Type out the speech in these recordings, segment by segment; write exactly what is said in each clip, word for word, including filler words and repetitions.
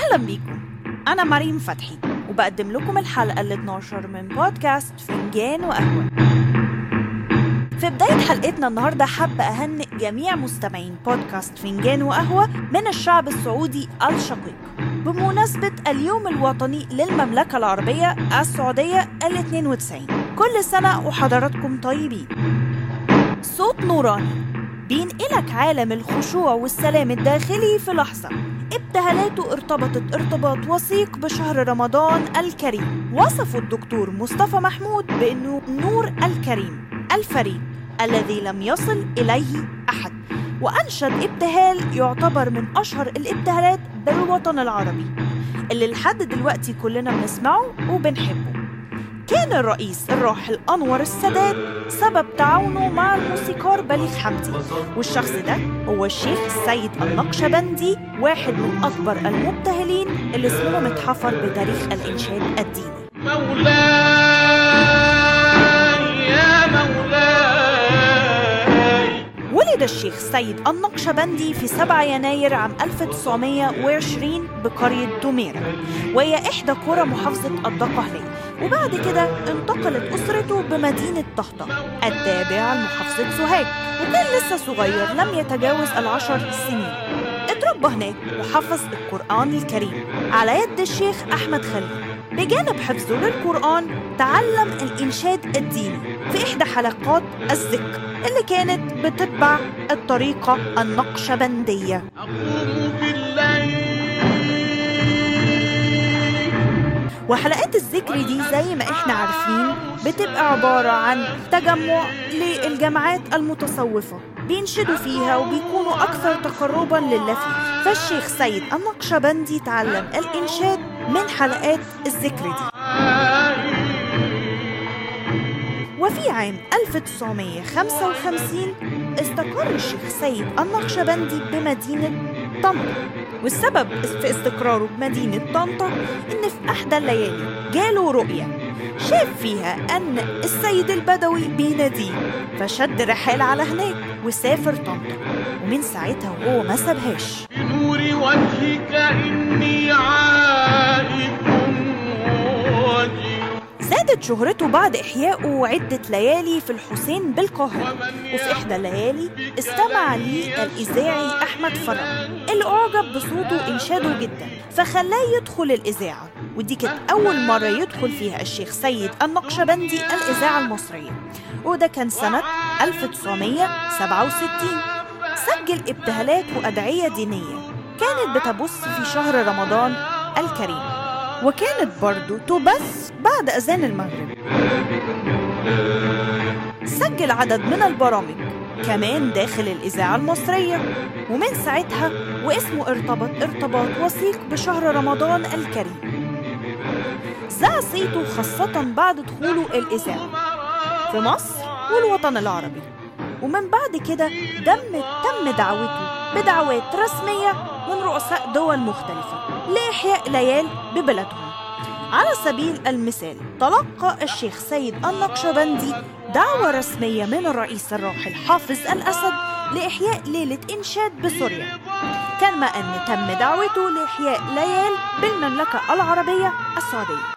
أهلا بيكم، أنا مريم فتحي وبقدم لكم الحلقة ال اثناشر من بودكاست فنجان وقهوة. في بداية حلقتنا النهاردة حابة أهنئ جميع مستمعين بودكاست فنجان وقهوة من الشعب السعودي الشقيق بمناسبة اليوم الوطني للمملكة العربية السعودية الاثنين وتسعين. كل سنة وحضراتكم طيبين. صوت نوراني بينقلك عالم الخشوع والسلام الداخلي في لحظة. ابتهالاته ارتبطت ارتباط وثيق بشهر رمضان الكريم. وصفه الدكتور مصطفى محمود بأنه نور الكريم الفريد الذي لم يصل إليه أحد، وأنشد ابتهال يعتبر من أشهر الابتهالات بالوطن العربي اللي لحد دلوقتي كلنا بنسمعه وبنحبه. كان الرئيس الراحل أنور السادات سبب تعاونه مع الموسيقار بليغ حمدي، والشخص ده هو الشيخ السيد النقشبندي، واحد من أكبر المبتهلين اللي اسمه متحفر بتاريخ الإنشاد الديني. مولاي يا مولاي. ولد الشيخ السيد النقشبندي في سبعة يناير عام ألف وتسعمائة وعشرين بقرية دميرة، وهي إحدى قرى محافظة الدقهلية. وبعد كده انتقلت أسرته بمدينة طهطا التابعة لمحافظة سوهاج، وكان لسه صغير لم يتجاوز العشر سنين. اتربى هناك وحفظ القرآن الكريم على يد الشيخ أحمد خليل. بجانب حفظه للقرآن تعلم الإنشاد الديني في إحدى حلقات الذكر اللي كانت بتتبع الطريقة النقشبندية. وحلقات الذكر دي زي ما احنا عارفين بتبقى عبارة عن تجمع للجماعات المتصوفة بينشدوا فيها وبيكونوا أكثر تقرباً لله فيه. فالشيخ سيد النقشبندي تعلم الإنشاد من حلقات الذكر دي. وفي عام ألف وتسعمائة وخمسة وخمسين استقر الشيخ سيد النقشبندي بمدينة طنطا، والسبب في استقراره بمدينة طنطا إن في أحدى الليالي جاله رؤية شاف فيها أن السيد البدوي بيناديه، فشد رحال على هناك وسافر طنطا، ومن ساعتها وهو ما سابهاش. بنور وجهك إني عائد وجه. زادت شهرته بعد إحيائه عدة ليالي في الحسين بالقاهرة، وفي إحدى الليالي استمع لي الإذاعي أحمد فرج اللي أعجب بصوته إنشاده جدا، فخلاه يدخل الإذاعة. ودي كانت أول مرة يدخل فيها الشيخ سيد النقشبندي الإذاعة المصرية، وده كان سنة ألف وتسعمائة وسبعة وستين. سجل ابتهالات وأدعية دينية كانت بتبث في شهر رمضان الكريم، وكانت برضو تبث بعد أذان المغرب. سجل عدد من البرامج كمان داخل الإذاعة المصرية، ومن ساعتها واسمه ارتبط ارتباط وثيق بشهر رمضان الكريم. ذاع صيته خاصة بعد دخوله الإذاعة في مصر والوطن العربي، ومن بعد كده دم تم دعوته بدعوات رسمية من رؤساء دول مختلفة لإحياء ليال ببلدهم. على سبيل المثال تلقى الشيخ سيد النقشبندي دعوة رسمية من الرئيس الراحل حافظ الأسد لإحياء ليلة إنشاد بسوريا، كما أن تم دعوته لإحياء ليال بالمملكة العربية السعودية.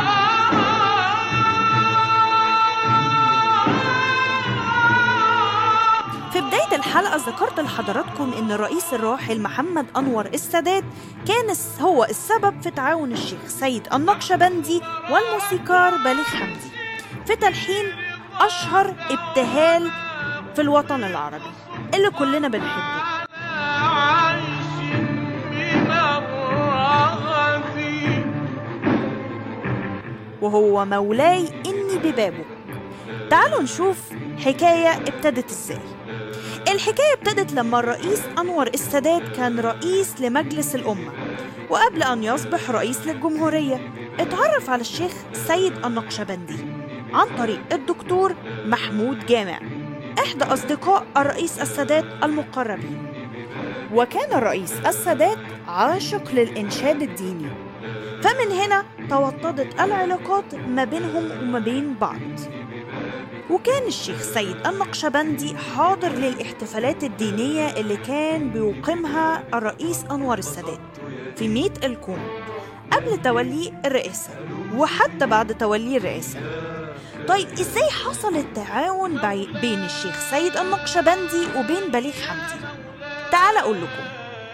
في بداية الحلقة ذكرت لحضراتكم إن الرئيس الراحل محمد أنور السادات كان هو السبب في تعاون الشيخ سيد النقشبندي والموسيقار بليغ حمدي في تلحين أشهر ابتهال في الوطن العربي اللي كلنا بنحبه، وهو مولاي إني ببابه. تعالوا نشوف حكاية ابتدت إزاي. الحكاية ابتدت لما الرئيس أنور السادات كان رئيس لمجلس الأمة، وقبل أن يصبح رئيس للجمهورية اتعرف على الشيخ سيد النقشبندي عن طريق الدكتور محمود جامع، إحدى أصدقاء الرئيس السادات المقربين. وكان الرئيس السادات عاشق للإنشاد الديني، فمن هنا توطدت العلاقات ما بينهم وما بين بعض. وكان الشيخ سيد النقشبندي حاضر للاحتفالات الدينية اللي كان بيقيمها الرئيس أنور السادات، في ميت الكون قبل توليه الرئاسة وحتى بعد توليه الرئاسة. طيب إزاي حصل التعاون بين الشيخ سيد النقشبندي وبين بليغ حمدي؟ تعال أقول لكم.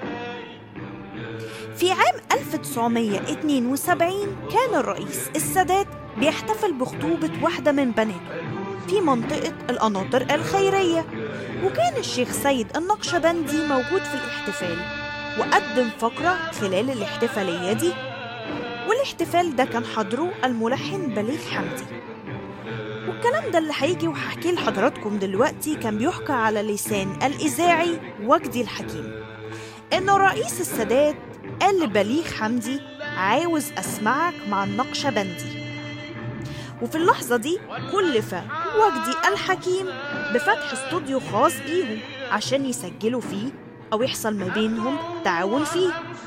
في عام ألف وتسعمية واثنين وسبعين كان الرئيس السادات بيحتفل بخطوبة واحدة من بناته في منطقة القناطر الخيرية، وكان الشيخ سيد النقشبندي موجود في الاحتفال وقدم فقرة خلال الاحتفالية دي، والاحتفال ده كان حضره الملحن بليغ حمدي. والكلام ده اللي هيجي وهحكيه لحضراتكم دلوقتي كان بيحكى على لسان الإذاعي وجدي الحكيم إن رئيس السادات قال لبليغ حمدي عاوز أسمعك مع النقشبندي. وفي اللحظة دي كلف وجدي الحكيم بفتح استوديو خاص بيهم عشان يسجلوا فيه أو يحصل ما بينهم تعاون فيه.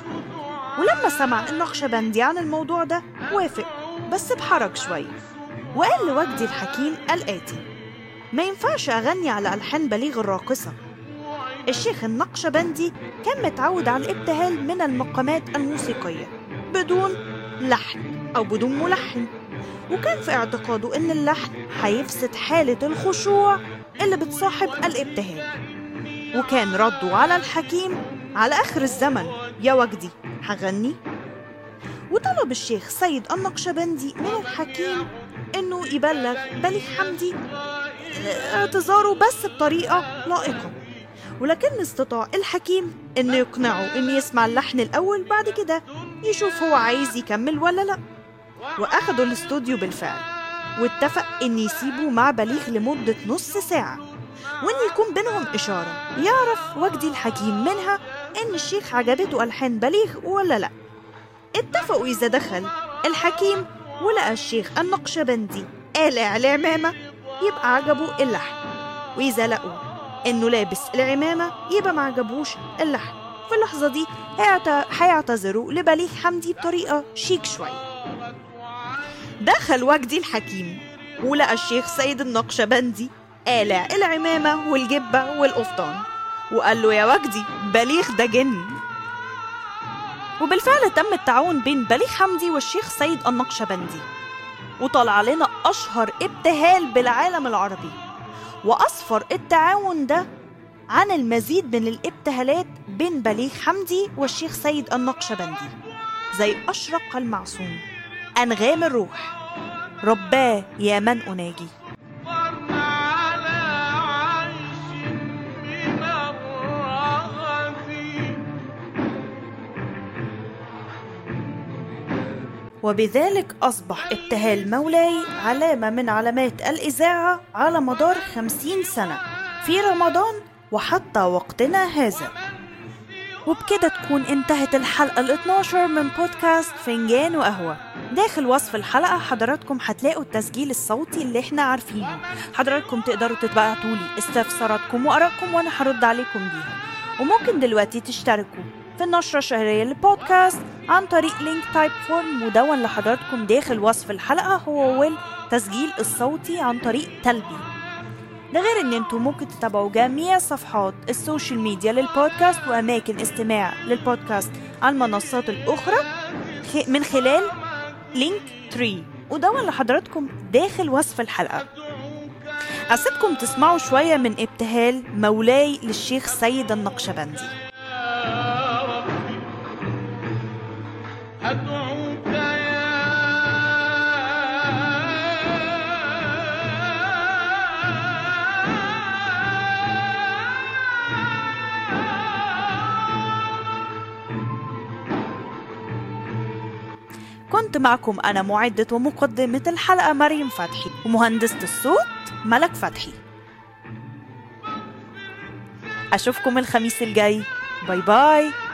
ولما سمع النقشبندي عن الموضوع ده وافق بس بحرج شوية، وقال لوجدي الحكيم الآتي: ما ينفعش أغني على ألحان بليغ الراقصة. الشيخ النقشبندي كان متعود على الابتهال من المقامات الموسيقية بدون لحن أو بدون ملحن، وكان في اعتقاده إن اللحن هيفسد حالة الخشوع اللي بتصاحب الابتهال. وكان رده على الحكيم: على آخر الزمن يا وجدي هغني. وطلب الشيخ سيد النقشبندي من الحكيم إنه يبلغ بليغ حمدي اعتذاره بس بطريقة لائقة، ولكن استطاع الحكيم إنه يقنعه إنه يسمع اللحن الأول، بعد كده يشوف هو عايز يكمل ولا لأ. وأخدوا الاستوديو بالفعل، واتفق إن يسيبوا مع بليغ لمدة نص ساعة، وإن يكون بينهم إشارة يعرف وجدي الحكيم منها إن الشيخ عجبته ألحان بليغ ولا لأ. اتفقوا إذا دخل الحكيم ولقى الشيخ النقشبندي قالع العمامة يبقى عجبه اللحن، وإذا لقوا إنه لابس العمامة يبقى ما عجبوش اللحن. في اللحظة دي هيعتذروا لبليغ حمدي بطريقة شيك شوية. دخل وجدي الحكيم ولقى الشيخ سيد النقشبندي قالع العمامة والجبة والقفطان، وقال له: يا وجدي بليغ ده جن. وبالفعل تم التعاون بين بليغ حمدي والشيخ سيد النقشبندي، وطلع لنا أشهر ابتهال بالعالم العربي. وأسفر التعاون ده عن المزيد من الابتهالات بين بليغ حمدي والشيخ سيد النقشبندي، زي أشرق المعصوم، أنغام الروح، رباه يا من أناجي. وبذلك أصبح ابتهال مولاي علامة من علامات الإذاعة على مدار خمسين سنة في رمضان وحتى وقتنا هذا. وبكده تكون انتهت الحلقة الاثناشر من بودكاست فنجان وقهوة. داخل وصف الحلقة حضراتكم هتلاقوا التسجيل الصوتي اللي احنا عارفينه، حضراتكم تقدروا تبعتولي استفساراتكم وآرائكم وانا هرد عليكم بيها. وممكن دلوقتي تشتركوا في النشرة الشهرية للبودكاست عن طريق لينك تايب فورم مدون لحضراتكم داخل وصف الحلقة، هو والتسجيل الصوتي عن طريق تلبي. ده غير ان انتم ممكن تتابعوا جميع صفحات السوشيال ميديا للبودكاست واماكن استماع للبودكاست على المنصات الاخرى من خلال لينك ثري ودون لحضراتكم داخل وصف الحلقة. أسيبكم تسمعوا شوية من ابتهال مولاي للشيخ سيد النقشبندي. أدعوك يا كنت معكم أنا معدة ومقدمة الحلقة مريم فتحي، ومهندسة الصوت ملك فتحي. أشوفكم الخميس الجاي. باي باي.